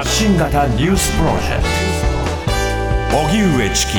発信型ニュースプロジェクト荻上チキ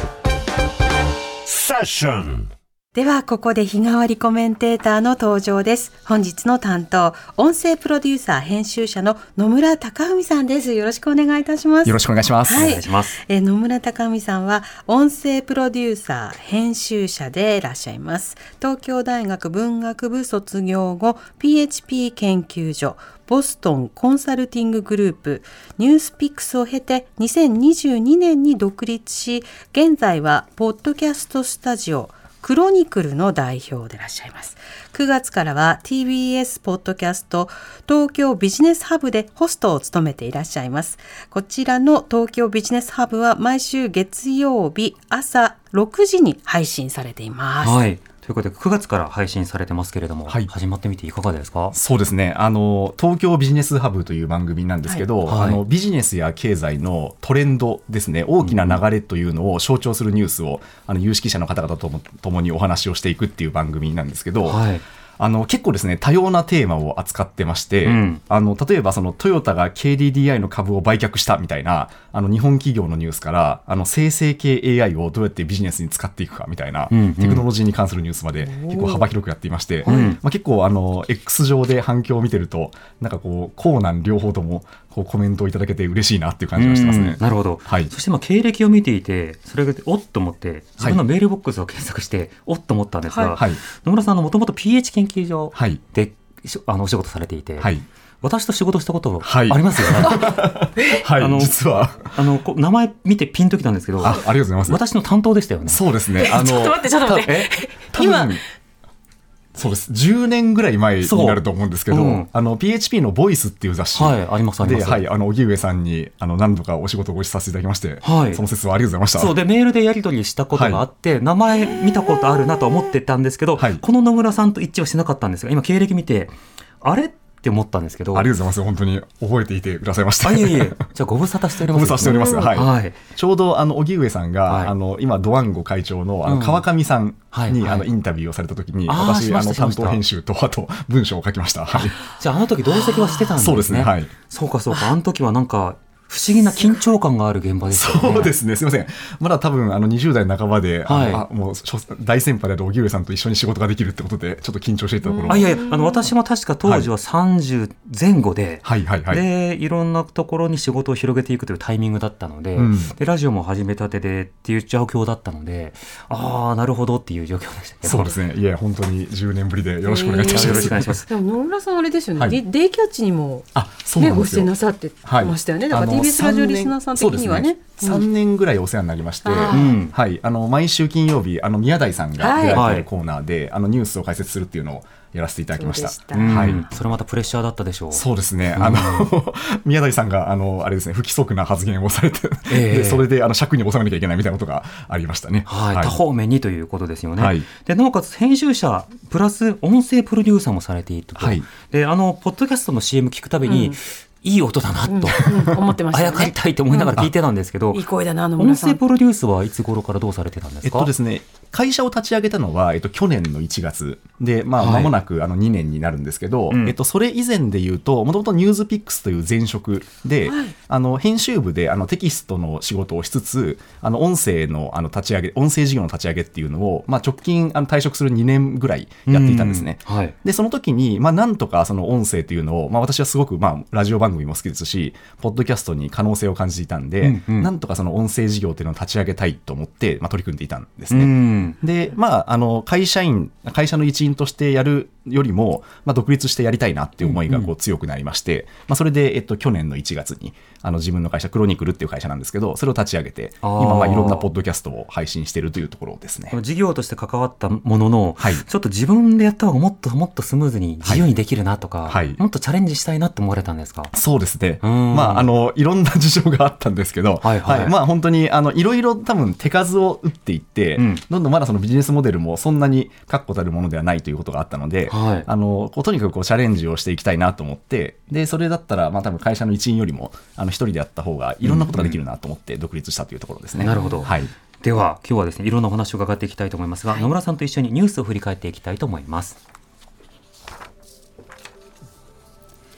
セッション。 ではここで日替わりコメンテーターの登場です。本日の担当、音声プロデューサー編集者の野村貴文さんです。よろしくお願いいたします。 よろしくお願いします。 はい、 お願いします。 野村貴文さんは音声プロデューサー編集者でいらっしゃいます。東京大学文学部卒業後 PHP 研究所、ボストンコンサルティンググループ、ニュースピックスを経て2022年に独立し、現在はポッドキャストスタジオクロニクルの代表でいらっしゃいます。9月からは TBS ポッドキャスト東京ビジネスハブでホストを務めていらっしゃいます。こちらの東京ビジネスハブは毎週月曜日朝6時に配信されています。 はい、ということで9月から配信されてますけれども、 はい、 始まってみていかがですか？ そうですね、東京ビジネスハブという番組なんですけど、ビジネスや経済のトレンドですね、大きな流れというのを象徴するニュースを有識者の方々と共にお話をしていくっていう番組なんですけど、結構ですね多様なテーマを扱ってまして、例えばそのトヨタが KDDI の株を売却したみたいな日本企業のニュースから、生成系 AI をどうやってビジネスに使っていくかみたいな、テクノロジーに関するニュースまで結構幅広くやっていまして、結構X 上で反響を見てるとなんかこう高難両方ともこうコメントをいただけて嬉しいなっていう感じがしてますね。 なるほど、はい、そして経歴を見ていてそれがおっと思って自分のメールボックスを検索しておっと思ったんですが、野村さんもともと PH 研究所で、お仕事されていて、私と仕事したことありますよね。 実は名前見てピンときたんですけど、 ありがとうございます。 私の担当でしたよね。 そうですね。 ちょっと待って今そうです。10年ぐらい前になると思うんですけど、PHP のボイスっていう雑誌で、荻上さんに何度かお仕事をご一緒させていただきまして、その説はありがとうございました。 そうでメールでやり取りしたことがあって、名前見たことあるなと思ってたんですけど、この野村さんと一致はしなかったんですが、今経歴見てあれって思ったんですけど。 ありがとうございます。本当に覚えていてくださいました。 じゃあご無沙汰しております。 ご無沙汰しております。ちょうど荻上さんが、今ドワンゴ会長の川上さんにインタビューをされた時に、私担当編集とあと文章を書きました。 じゃあ時同席はしてたんですね。 そうですね。 そうかあの時はなんか不思議な緊張感がある現場ですよね。 そうですね。すみません。まだ多分20代半ばで、もう大先輩である荻上さんと一緒に仕事ができるってことでちょっと緊張していたところ。 私も確か当時は30前後で、でいろんなところに仕事を広げていくというタイミングだったので、でラジオも始めたてでっていう状況だったので、なるほどっていう状況でしたけど。 そうですね。いや本当に10年ぶりでよろしくお願いいたします。 よろしくお願いします。 でも野村さんあれですよね。デイキャッチにもご出演なさってましたよね。だからTBS ラジオリスナーさん的にはね、 3年ぐらいお世話になりまして、毎週金曜日宮台さんが出られているコーナーでニュースを解説するっていうのをやらせていただきました。 それまたプレッシャーだったでしょう。 そうですね。宮台さんがあれですね、不規則な発言をされて、でそれで尺に収めなきゃいけないみたいなことがありましたね。 多方面にということですよね。でなおかつ編集者プラス音声プロデューサーもされていると。でポッドキャストの CM 聞くたびに、いい音だなと、 思ってましたね。 あやかりたいと思いながら聞いてたんですけど、 いい声だな野村さん。 音声プロデュースはいつ頃からどうされてたんですか？ ですね、会社を立ち上げたのは、去年の1月で、間もなく2年になるんですけど、それ以前でいうともともとニュースピックスという前職で、編集部でテキストの仕事をしつつ音声の立ち上げ、音声事業の立ち上げっていうのを、直近退職する2年ぐらいやっていたんですね。でその時に、なんとかその音声というのを、私はすごく、ラジオ番組も好きですしポッドキャストに可能性を感じていたんで、なんとかその音声事業っていうのを立ち上げたいと思って、取り組んでいたんですね。で会社の一員としてやるよりも、独立してやりたいなっていう思いが強くなりまして、それで、去年の1月に自分の会社クロニクルっていう会社なんですけど、それを立ち上げて今いろんなポッドキャストを配信しているというところですね。 事業として関わったものの、ちょっと自分でやった方がもっとスムーズに自由にできるなとか、もっとチャレンジしたいなって思われたんですか？ そうですね。いろんな事情があったんですけど、本当にいろいろ多分手数を打っていって、どんどんまだそのビジネスモデルもそんなに確固たるものではないということがあったので、とにかくチャレンジをしていきたいなと思って、でそれだったら多分会社の一員よりも一人でやった方がいろんなことができるなと思って独立したというところですね。 なるほど。では今日はですね、いろんなお話を伺っていきたいと思いますが、野村さんと一緒にニュースを振り返っていきたいと思います。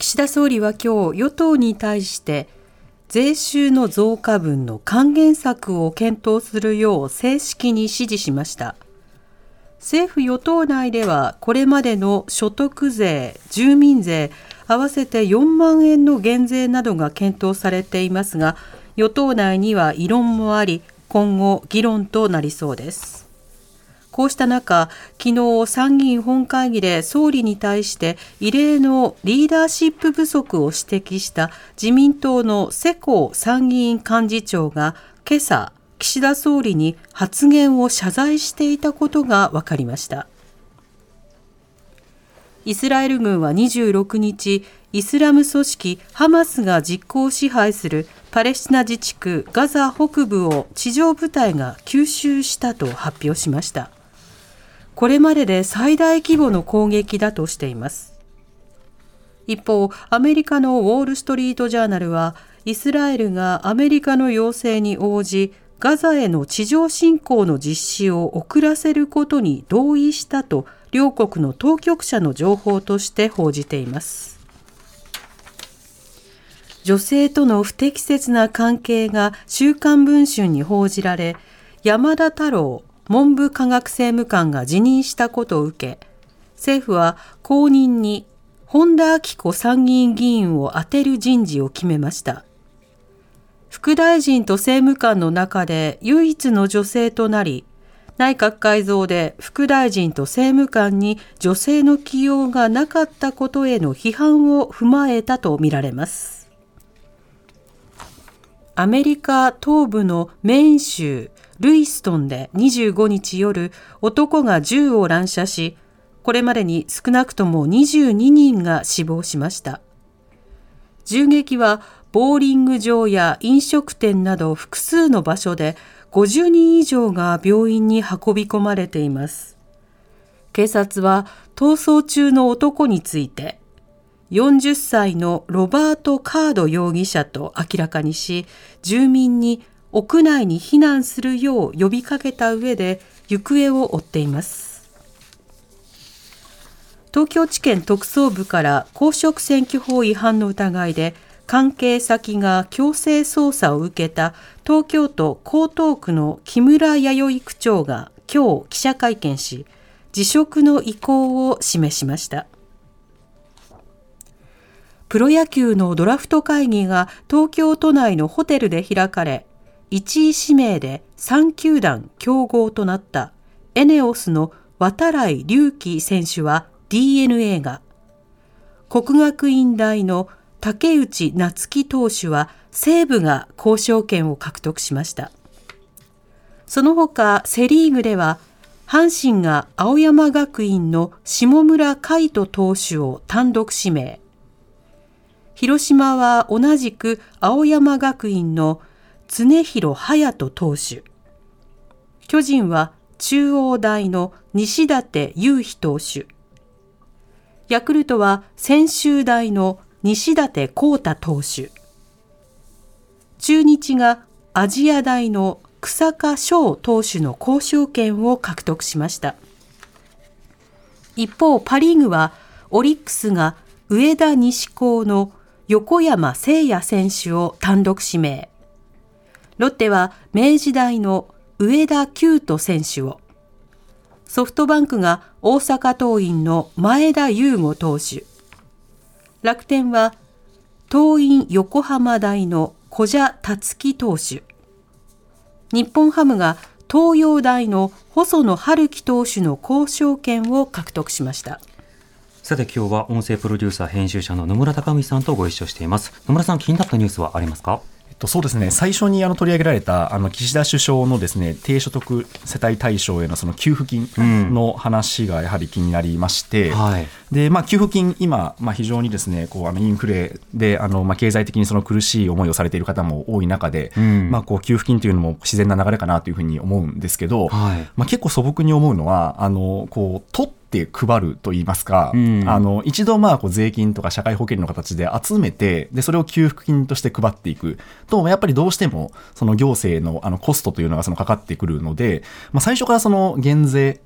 岸田総理は今日、与党に対して税収の増加分の還元策を検討するよう正式に指示しました。政府与党内ではこれまでの所得税、住民税合わせて4万円の減税などが検討されていますが、与党内には異論もあり、今後議論となりそうです。こうした中、昨日参議院本会議で総理に対して異例のリーダーシップ不足を指摘した自民党の世耕参議院幹事長が今朝、岸田総理に発言を謝罪していたことが分かりました。イスラエル軍は26日、イスラム組織ハマスが実効支配するパレスチナ自治区ガザ北部を地上部隊が急襲したと発表しました。これまでで最大規模の攻撃だとしています。一方、アメリカのウォール・ストリート・ジャーナルは、イスラエルがアメリカの要請に応じ、ガザへの地上侵攻の実施を遅らせることに同意したと、両国の当局者の情報として報じています。女性との不適切な関係が週刊文春に報じられ、山田太郎文部科学政務官が辞任したことを受け、政府は後任に本田顕子参議院議員を充てる人事を決めました。副大臣と政務官の中で唯一の女性となり、内閣改造で副大臣と政務官に女性の起用がなかったことへの批判を踏まえたとみられます。アメリカ東部のメーン州ルイストンで25日夜、男が銃を乱射し、これまでに少なくとも22人が死亡しました。銃撃はボーリング場や飲食店など複数の場所で50人以上が病院に運び込まれています。警察は逃走中の男について、40歳のロバート・カード容疑者と明らかにし、住民に屋内に避難するよう呼びかけた上で行方を追っています。東京地検特捜部から公職選挙法違反の疑いで関係先が強制捜査を受けた東京都江東区の木村弥生区長が今日記者会見し、辞職の意向を示しました。プロ野球のドラフト会議が東京都内のホテルで開かれ、1位指名で3球団競合となったエネオスの渡来隆輝選手は DNA が、國學院大の竹内夏樹投手は西武が交渉権を獲得しました。その他セリーグでは阪神が青山学院の下村海斗投手を単独指名、広島は同じく青山学院の常廣隼人投手、巨人は中央大の西舘勇陽投手、ヤクルトは専修大の西舘昂太投手、中日が亜細亜大の草加翔投手の交渉権を獲得しました。一方、パ・リーグはオリックスが上田西高の横山誠也選手を単独指名、ロッテは明治大の上田希斗選手を、ソフトバンクが大阪桐蔭の前田悠伍投手、楽天は桐蔭横浜大の古謝樹投手、日本ハムが東洋大の細野晴希投手の交渉権を獲得しました。 さて今日は音声プロデューサー編集者の野村貴美さんとご一緒しています。野村さん、気になったニュースはありますか？ そうですね、最初に取り上げられた岸田首相のですね、低所得世帯対象へのその給付金の話がやはり気になりまして、で給付金今、非常にですねインフレで経済的にその苦しい思いをされている方も多い中で、給付金というのも自然な流れかなというふうに思うんですけど、結構素朴に思うのは取って配るといいますか、一度税金とか社会保険の形で集めて、でそれを給付金として配っていくと、やっぱりどうしてもその行政のコストというのがかかってくるので、最初からその減税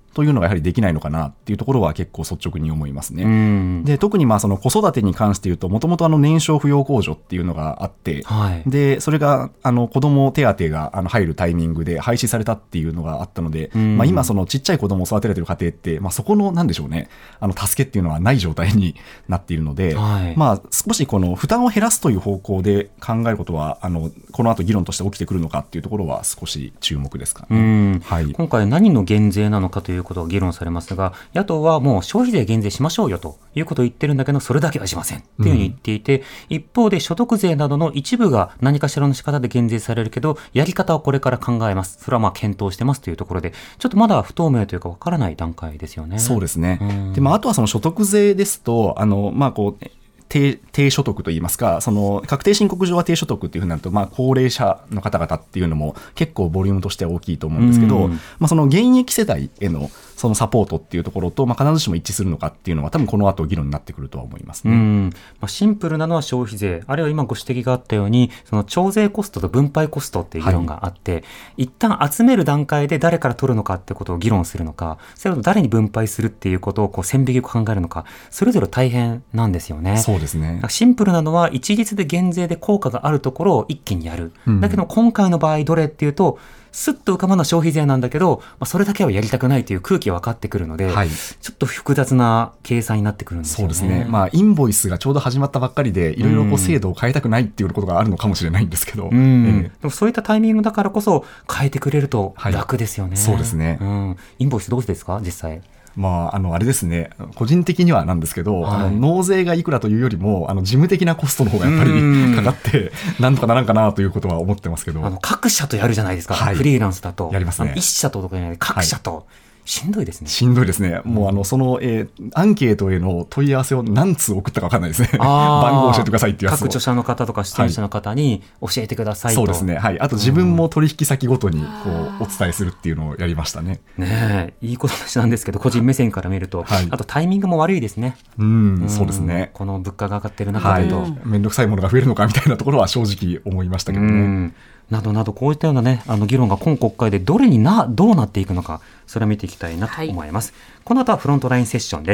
というのがやはりできないのかなっていうところは結構率直に思いますね。で特にその子育てに関して言うともともと年少扶養控除っていうのがあって、でそれが子ども手当が入るタイミングで廃止されたっていうのがあったので、今そのちっちゃい子どもを育てられている家庭って、そこのなんでしょうね助けっていうのはない状態になっているので、少しこの負担を減らすという方向で考えることはこの後議論として起きてくるのかっていうところは少し注目ですかね。 今回何の減税なのかということを議論されますが、野党はもう消費税減税しましょうよということを言ってるんだけど、それだけはしませんっていうふうに言っていて、一方で所得税などの一部が何かしらの仕方で減税されるけど、やり方はこれから考えます、それは検討してますというところで、ちょっとまだ不透明というかわからない段階ですよね。 そうですね。であとはその所得税ですとこう低所得といいますか、その確定申告上は低所得っていうふうになると、高齢者の方々っていうのも結構ボリュームとしては大きいと思うんですけど、その現役世代へのそのサポートっていうところと、必ずしも一致するのかっていうのは多分この後議論になってくるとは思いますね。 シンプルなのは消費税、あるいは今ご指摘があったようにその徴税コストと分配コストっていう議論があって、一旦集める段階で誰から取るのかってことを議論するのか、それを誰に分配するっていうことをこう線引きを考えるのか、それぞれ大変なんですよね。 そうですね。 シンプルなのは一律で減税で効果があるところを一気にやる、だけど今回の場合どれっていうとスッと浮かぶのは消費税なんだけど、それだけはやりたくないという空気は分かってくるので、ちょっと複雑な計算になってくるんですよね。 そうですね。インボイスがちょうど始まったばっかりでいろいろ制度を変えたくないっていうことがあるのかもしれないんですけど、でもそういったタイミングだからこそ変えてくれると楽ですよね。 そうですね。 インボイスどうですか実際。 あれですね、個人的にはなんですけど、納税がいくらというよりも事務的なコストの方がやっぱりかかってなんとかならんかなということは思ってますけど、 各社とやるじゃないですか、フリーランスだとやりますね。 一社とかじゃない各社と、しんどいですね。 しんどいですね。もうその、アンケートへの問い合わせを何通送ったか分かんないですね。番号教えてくださいっていうやつを各著者の方とか出演者の方に教えてくださいと。 そうですね。あと自分も取引先ごとにこうお伝えするっていうのをやりましたね。 いいことなんですけど、個人目線から見ると、あとタイミングも悪いですね。 そうですね。 この物価が上がってる中でと、 面倒くさいものが増えるのかみたいなところは正直思いましたけどね。 などなど、こういったような議論が今国会でどうなっていくのか、それを見ていきたいなと思います。この後はフロントラインセッションです。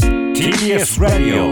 TBS Radio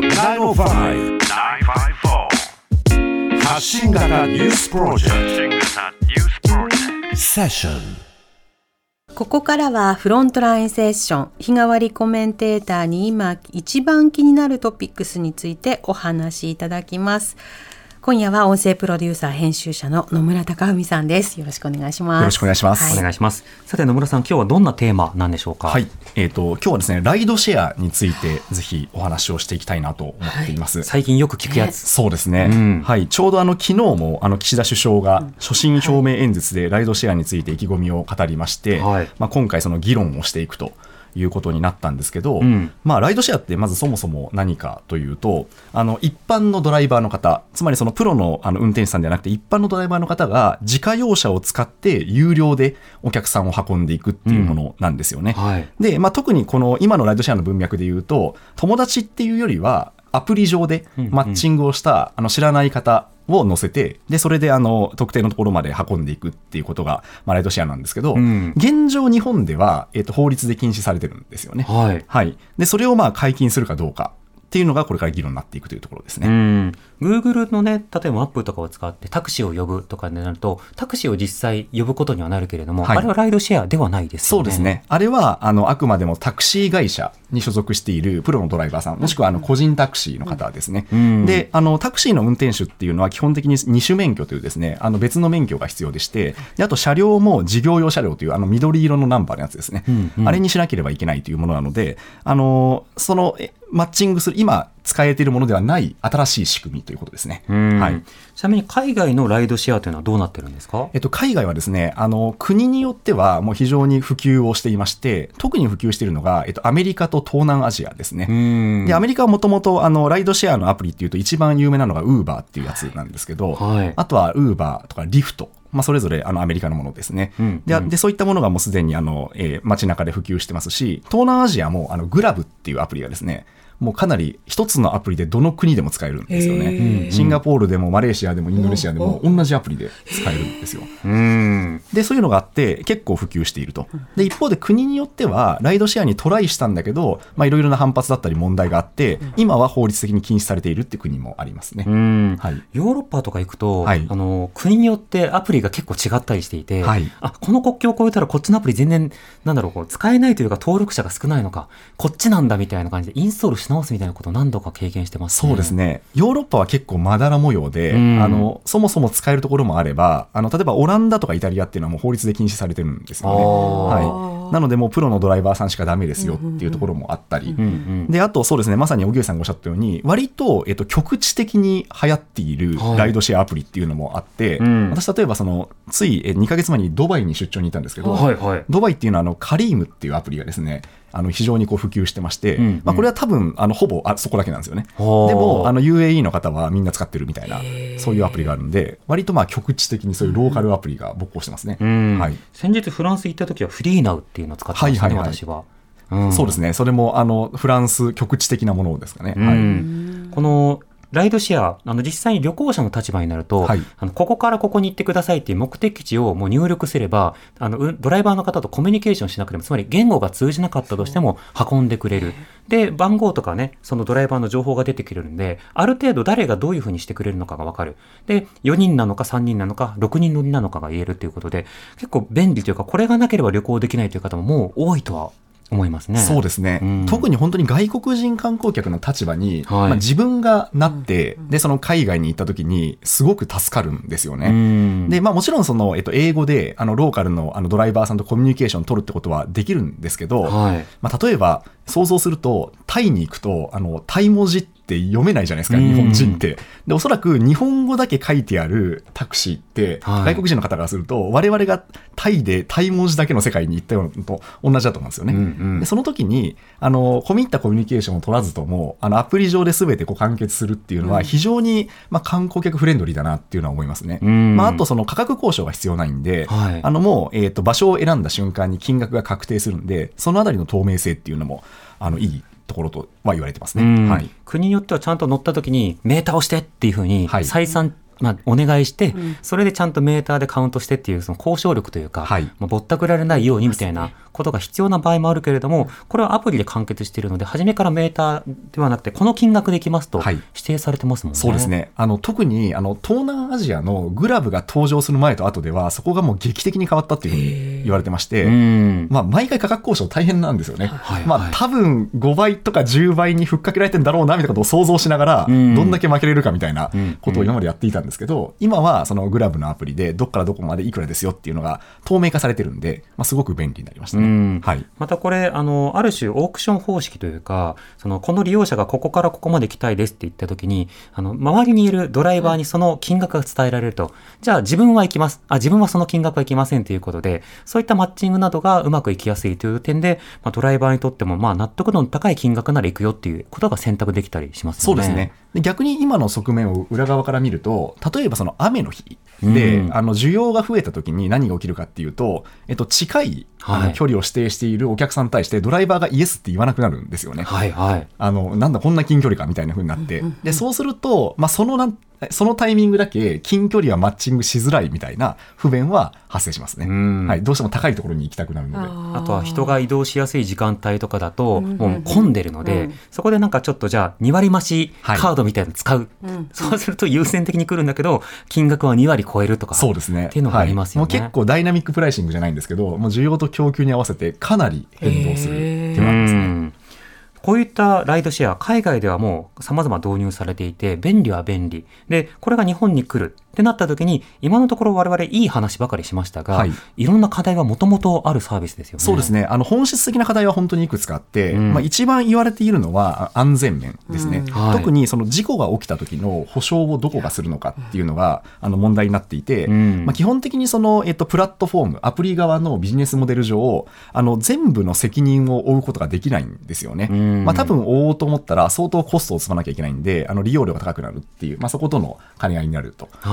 905-954発信型ニュースプロジェクトセッション。 ここからはフロントラインセッション、日替わりコメンテーターに今一番気になるトピックスについてお話しいただきます。今夜は音声プロデューサー編集者の野村貴文さんです。よろしくお願いします。 よろしくお願いします。 お願いします。さて野村さん、今日はどんなテーマなんでしょうか。 今日はですね、ライドシェアについてぜひお話をしていきたいなと思っています。 最近よく聞くやつ。 そうですね。ちょうど昨日も岸田首相が所信表明演説でライドシェアについて意気込みを語りまして、今回その議論をしていくということになったんですけど、ライドシェアってまずそもそも何かというと、一般のドライバーの方、つまりそのプロの運転手さんではなくて一般のドライバーの方が自家用車を使って有料でお客さんを運んでいくっていうものなんですよね。で、特にこの今のライドシェアの文脈でいうと、友達っていうよりはアプリ上でマッチングをした知らない方を乗せて、でそれで特定のところまで運んでいくっていうことが、ライドシェアなんですけど、現状日本では、法律で禁止されてるんですよね。でそれを解禁するかどうかっていうのがこれから議論になっていくというところですね。 Google のね、例えばアップとかを使ってタクシーを呼ぶとかになると、タクシーを実際呼ぶことにはなるけれども、あれはライドシェアではないですよね。 そうですね。あれはあくまでもタクシー会社に所属しているプロのドライバーさん、もしくは個人タクシーの方ですね。でタクシーの運転手っていうのは基本的に二種免許というですね、別の免許が必要でして、であと車両も事業用車両という緑色のナンバーのやつですね、あれにしなければいけないというものなので、そのマッチングする今使えているものではない新しい仕組みということですね。 ちなみに海外のライドシェアというのはどうなってるんですか。 海外はですね、国によってはもう非常に普及をしていまして、特に普及しているのが、アメリカと東南アジアですね。でアメリカはもともとライドシェアのアプリっていうと一番有名なのが Uber っていうやつなんですけど、あとは Uber とか Lyft、それぞれアメリカのものですね。でそういったものがもうすでに街中で普及してますし、東南アジアもグラブっていうアプリがですね、 もうかなり一つのアプリでどの国でも使えるんですよね。シンガポールでもマレーシアでもインドネシアでも同じアプリで使えるんですよ。でそういうのがあって結構普及していると。で一方で国によってはライドシェアにトライしたんだけど、いろいろな反発だったり問題があって今は法律的に禁止されているっていう国もありますね。 はい、ヨーロッパとか行くと、はい、国によってアプリが結構違ったりしていて、はい、この国境を越えたらこっちのアプリ全然使えないというか登録者が少ないのかこっちなんだみたいな感じでインストールし直すみたいなことを何度か経験してますね。 そうですね。ヨーロッパは結構まだら模様で、そもそも使えるところもあれば例えばオランダとかイタリアっていうのはもう法律で禁止されてるんですよね。はい、なのでもうプロのドライバーさんしかダメですよっていうところもあったり、であとそうですね、まさに荻上さんがおっしゃったように割と、局地的に流行っているライドシェアアプリっていうのもあって、私例えばつい2ヶ月前にドバイに出張に行ったんですけど、ドバイっていうのはカリームっていうアプリがですね非常に普及してまして、これは多分ほぼそこだけなんですよね。でもUAE の方はみんな使ってるみたいなそういうアプリがあるんで割と局地的にそういうローカルアプリが勃興してますね。はい、 先日フランス行った時はフリーナウっていうのを使ってましたね、私は。 そうですね。それもフランス局地的なものですかね。 このライドシェア、実際に旅行者の立場になると、ここからここに行ってくださいっていう目的地をもう入力すれば、ドライバーの方とコミュニケーションしなくても、つまり言語が通じなかったとしても運んでくれる。で、番号とかね、そのドライバーの情報が出てくれるんで、ある程度誰がどういうふうにしてくれるのかがわかる。で、4人なのか3人なのか6人乗りなのかが言えるということで、結構便利というか、これがなければ旅行できないという方ももう多いとは思いますね。 そうですね、特に本当に外国人観光客の立場に、自分がなって、でその海外に行った時にすごく助かるんですよね。で、もちろん英語でローカルのドライバーさんとコミュニケーションを取るってことはできるんですけど、例えば想像するとタイに行くとタイ文字って読めないじゃないですか、日本人って。でおそらく日本語だけ書いてあるタクシーって、外国人の方からすると我々がタイでタイ文字だけの世界に行ったようなのと同じだと思うんですよね。でその時に込み入ったコミュニケーションを取らずともアプリ上で全て完結するっていうのは非常に、観光客フレンドリーだなっていうのは思いますね。あと価格交渉が必要ないんで、もう、場所を選んだ瞬間に金額が確定するんで、そのあたりの透明性っていうのもいいところとは言われてますね。 国によってはちゃんと乗った時にメーターをしてっていうふうに再三、お願いして、それでちゃんとメーターでカウントしてっていうその交渉力というか、ぼったくられないようにみたいなことが必要な場合もあるけれども、これはアプリで完結しているので初めからメーターではなくてこの金額できますと指定されてますもんね。 そうですね。特に東南アジアのグラブが登場する前と後ではそこがもう劇的に変わったっていうふうに言われてまして、毎回価格交渉大変なんですよね。多分5倍とか10倍にふっかけられてんだろうなみたいなことを想像しながら、どんだけ負けれるかみたいなことを今までやっていたんですけど、今はそのグラブのアプリでどっからどこまでいくらですよっていうのが透明化されてるんで、すごく便利になりましたね。 またこれある種オークション方式というか、この利用者がここからここまで来たいですって言った時に周りにいるドライバーにその金額が伝えられると、じゃあ自分は行きます、自分はその金額は行きませんということで、そういったマッチングなどがうまくいきやすいという点で、ドライバーにとっても納得度の高い金額なら行くよっていうことが選択できたりしますよね。 そうですね。で逆に今の側面を裏側から見ると、例えばその雨の日で、需要が増えた時に何が起きるかっていうと、近い距離を指定しているお客さんに対してドライバーがイエスって言わなくなるんですよね。なんだこんな近距離かみたいな風になって、でそうすると、そのタイミングだけ近距離はマッチングしづらいみたいな不便は発生しますね。どうしても高いところに行きたくなるので、 あとは人が移動しやすい時間帯とかだともう混んでるので、そこでなんかちょっとじゃあ2割増しカードみたいなの使う、そうすると優先的に来るんだけど金額は2割超えるとか、そうですね、っていうのがありますよね。 もう結構ダイナミックプライシングじゃないんですけど、もう需要と供給に合わせてかなり変動するっていうのがありますね。 こういったライドシェア、海外ではもう様々導入されていて、便利は便利。で、これが日本に来るってなった時に、今のところ我々いい話ばかりしましたが、いろんな課題はもともとあるサービスですよね。 そうですね。本質的な課題は本当にいくつかあって、一番言われているのは安全面ですね。特にその事故が起きた時の保証をどこがするのかっていうのが問題になっていて、基本的にその、プラットフォーム、アプリ側のビジネスモデル上、全部の責任を負うことができないんですよね。多分負おうと思ったら相当コストを積まなきゃいけないんで、利用料が高くなるっていう、そことの兼ね合いになると。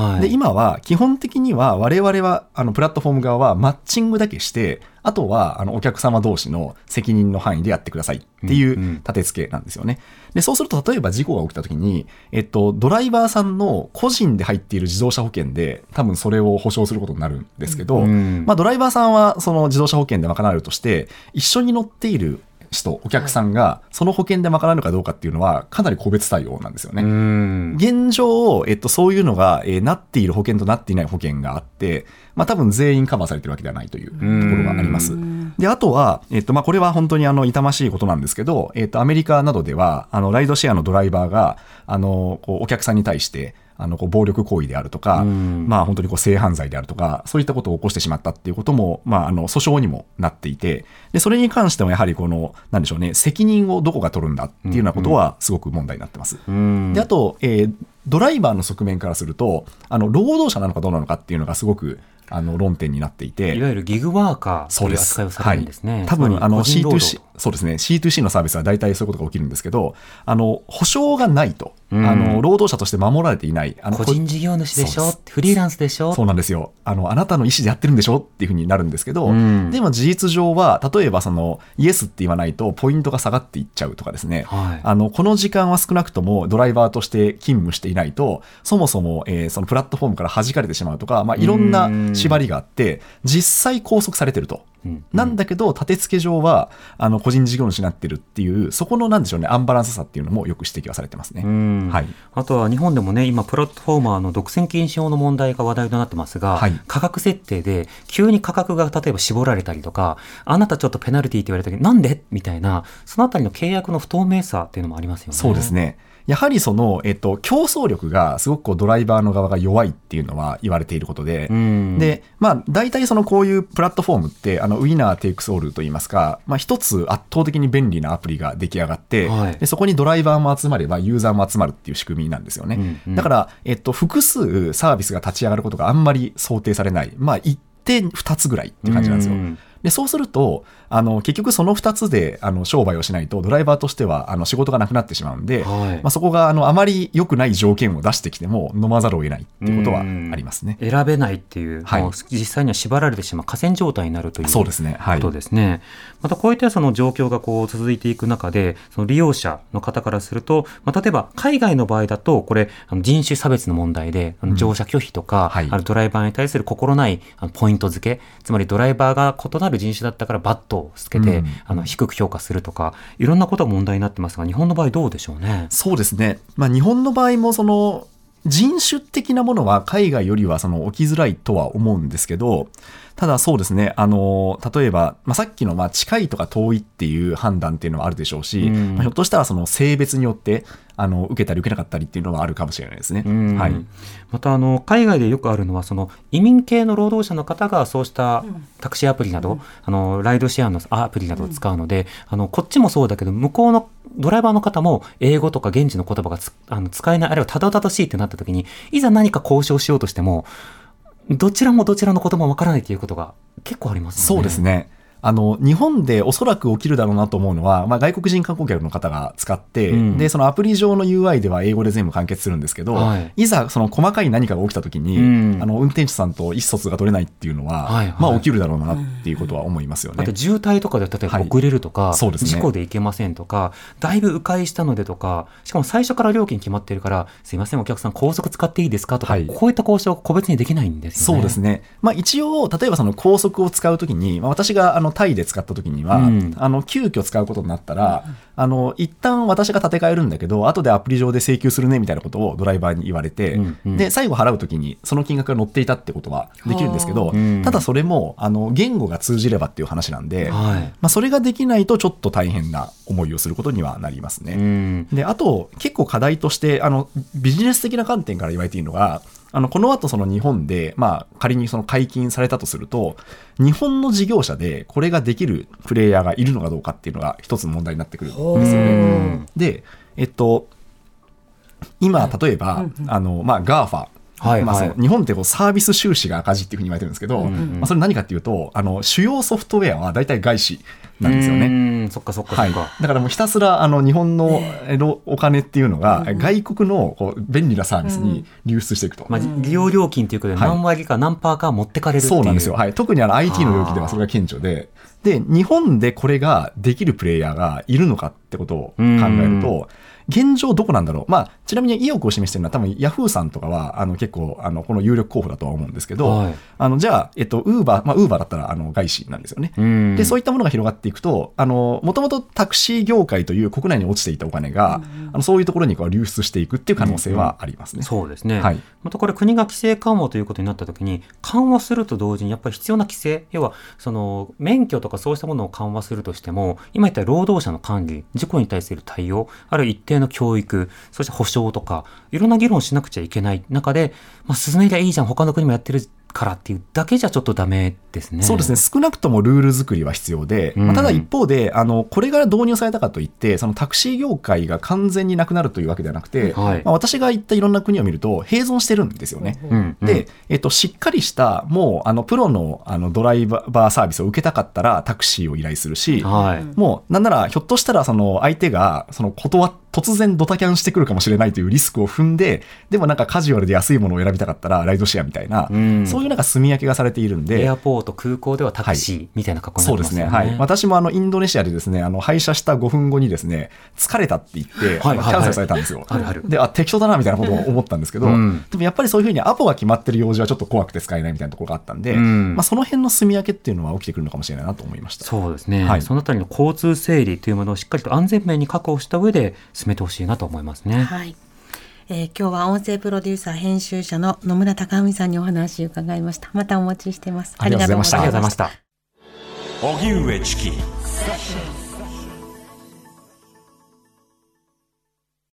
はい、で今は基本的には我々はプラットフォーム側はマッチングだけして、あとはお客様同士の責任の範囲でやってくださいっていう立て付けなんですよね。でそうすると例えば事故が起きた時に、ドライバーさんの個人で入っている自動車保険で多分それを保証することになるんですけど、ドライバーさんはその自動車保険で賄えるとして、一緒に乗っている人、お客さんがその保険で賄えるかどうかっていうのはかなり個別対応なんですよね。現状、そういうのが、なっている保険となっていない保険があって、多分全員カバーされてるわけではないというところがあります。であとは、これは本当に痛ましいことなんですけど、アメリカなどではライドシェアのドライバーがお客さんに対して暴力行為であるとか、本当に性犯罪であるとか、そういったことを起こしてしまったっていうことも、訴訟にもなっていて、でそれに関してもやはりなんでしょうね、責任をどこが取るんだっていうようなことはすごく問題になってます。であと、ドライバーの側面からすると、労働者なのかどうなのかっていうのがすごく論点になっていて、 いわゆるギグワーカーという扱いをされるんですね。 多分C2C、そうですね、C2C のサービスは大体そういうことが起きるんですけど、保証がないと、労働者として守られていない、 個人事業主でしょ、フリーランスでしょ、 そうなんですよ、あなたの意思でやってるんでしょっていうふうになるんですけど、でも事実上は例えばイエスって言わないとポイントが下がっていっちゃうとかですね、この時間は少なくともドライバーとして勤務していないとそもそも、そのプラットフォームから弾かれてしまうとか、いろんな縛りがあって実際拘束されてると、なんだけど立て付け上は個人事業主になってるっていう、そこのなんでしょうね、アンバランスさっていうのもよく指摘はされてますね。はい、あとは日本でもね、今プラットフォーマーの独占禁止法の問題が話題となってますが、価格設定で急に価格が例えば絞られたりとか、あなたちょっとペナルティって言われた時なんでみたいな、そのあたりの契約の不透明さっていうのもありますよね。 そうですね、やはり競争力がすごくドライバーの側が弱いっていうのは言われていることで、で、大体こういうプラットフォームってウィナーテイクスオールといいますか、一つ圧倒的に便利なアプリが出来上がって、でそこにドライバーも集まればユーザーも集まるっていう仕組みなんですよね。だから、複数サービスが立ち上がることがあんまり想定されない、一点2つぐらいっていう感じなんですよ。でそうすると結局その2つで商売をしないとドライバーとしては仕事がなくなってしまうんで、そこがあまり良くない条件を出してきても飲まざるを得ないっていうことはありますね。 選べないっていう、もう実際には縛られてしまう寡占状態になるということですね。またこういったその状況が続いていく中で、その利用者の方からすると、例えば海外の場合だとこれ人種差別の問題で乗車拒否とか、ドライバーに対する心ないポイント付け、つまりドライバーが異なる人種だったからバットをつけて、低く評価するとか、いろんなことが問題になってますが、日本の場合どうでしょうね。 そうですね、日本の場合も人種的なものは海外よりは起きづらいとは思うんですけど、ただそうですね、例えば、さっきの近いとか遠いっていう判断っていうのはあるでしょうし、ひょっとしたら性別によって受けたり受けなかったりっていうのはあるかもしれないですね。 また海外でよくあるのは移民系の労働者の方がそうしたタクシーアプリなど、ライドシェアのアプリなどを使うので、こっちもそうだけど向こうのドライバーの方も英語とか現地の言葉が使えない、あるいはたどたどしいってなった時に、いざ何か交渉しようとしてもどちらもどちらの言葉もわからないということが結構ありますね。 そうですね、日本でおそらく起きるだろうなと思うのは、外国人観光客の方が使って、でそのアプリ上の UI では英語で全部完結するんですけど、いざ細かい何かが起きた時に、運転手さんと意思疎通が取れないっていうのは、起きるだろうなっていうことは思いますよね。 あと渋滞とかで例えば遅れるとか、事故で行けませんとか、だいぶ迂回したのでとか、しかも最初から料金決まってるから、すいませんお客さん高速使っていいですかとか、こういった交渉が個別にできないんですよね。 そうですね、一応例えば高速を使う時に、私がタイで使った時には、急遽使うことになったら、一旦私が立て替えるんだけど後でアプリ上で請求するねみたいなことをドライバーに言われて、で最後払う時にその金額が載っていたってことはできるんですけど、ただそれも言語が通じればっていう話なんで、それができないとちょっと大変な思いをすることにはなりますね。であと結構課題としてビジネス的な観点から言われているのが、この後日本で、仮に解禁されたとすると、日本の事業者でこれができるプレイヤーがいるのかどうかっていうのが一つ問題になってくるんですよね。で、今例えば、GAFA はいはい、 日本ってこうサービス収支が赤字っていうふうに言われてるんですけど、それ何かっていうと主要ソフトウェアは大体外資なんですよね。 そっかそっかそっか、 だからもうひたすら日本のお金っていうのが外国のこう便利なサービスに流出していくと、 利用料金ということで何割か何パーか持ってかれるっていう、 そうなんですよ、特にIT の領域ではそれが顕著で、日本でこれができるプレイヤーがいるのかってことを考えると、現状どこなんだろう。ちなみに意欲を示しているのは多分ヤフーさんとかは結構この有力候補だとは思うんですけど、じゃあウーバーだったら外資なんですよね。でそういったものが広がっていくともともとタクシー業界という国内に落ちていたお金がそういうところにこう流出していくっていう可能性はありますね。 そうですね。またこれ国が規制緩和ということになったときに緩和すると同時にやっぱり必要な規制、要はその免許とかそうしたものを緩和するとしても今言った労働者の管理、事故に対する対応、あるいは一定の教育、そして保障とかいろんな議論をしなくちゃいけない中で、進めりゃいいじゃん他の国もやってるからっていうだけじゃちょっとダメですね。 そうですね。少なくともルール作りは必要で、ただ一方でこれが導入されたかといってそのタクシー業界が完全になくなるというわけではなくて、私が行ったいろんな国を見ると併存してるんですよね。で、しっかりしたもうプロのドライバーサービスを受けたかったらタクシーを依頼するし、もうなんならひょっとしたらその相手が突然ドタキャンしてくるかもしれないというリスクを踏んで、でもなんかカジュアルで安いものを選びたかったらライドシェアみたいな、そういうなんか住み分けがされているんで、 エアポート空港ではタクシーみたいな格好になってますよね。 そうですね。私もインドネシアでですね配車した5分後にですね疲れたって言ってキャンセルされたんですよ。で適当だなみたいなことを思ったんですけど、でもやっぱりそういうふうにアポが決まってる用事はちょっと怖くて使えないみたいなところがあったんで、その辺の住み分けっていうのは起きてくるのかもしれないなと思いました。 そうですね。そのあたりの交通整理というものをしっかりと安全面に確保した上で進めてほしいなと思いますね。 今日は音声プロデューサー編集者の野村貴文さんにお話を伺いました。またお待ちしてます。 ありがとうございました。 荻上チキ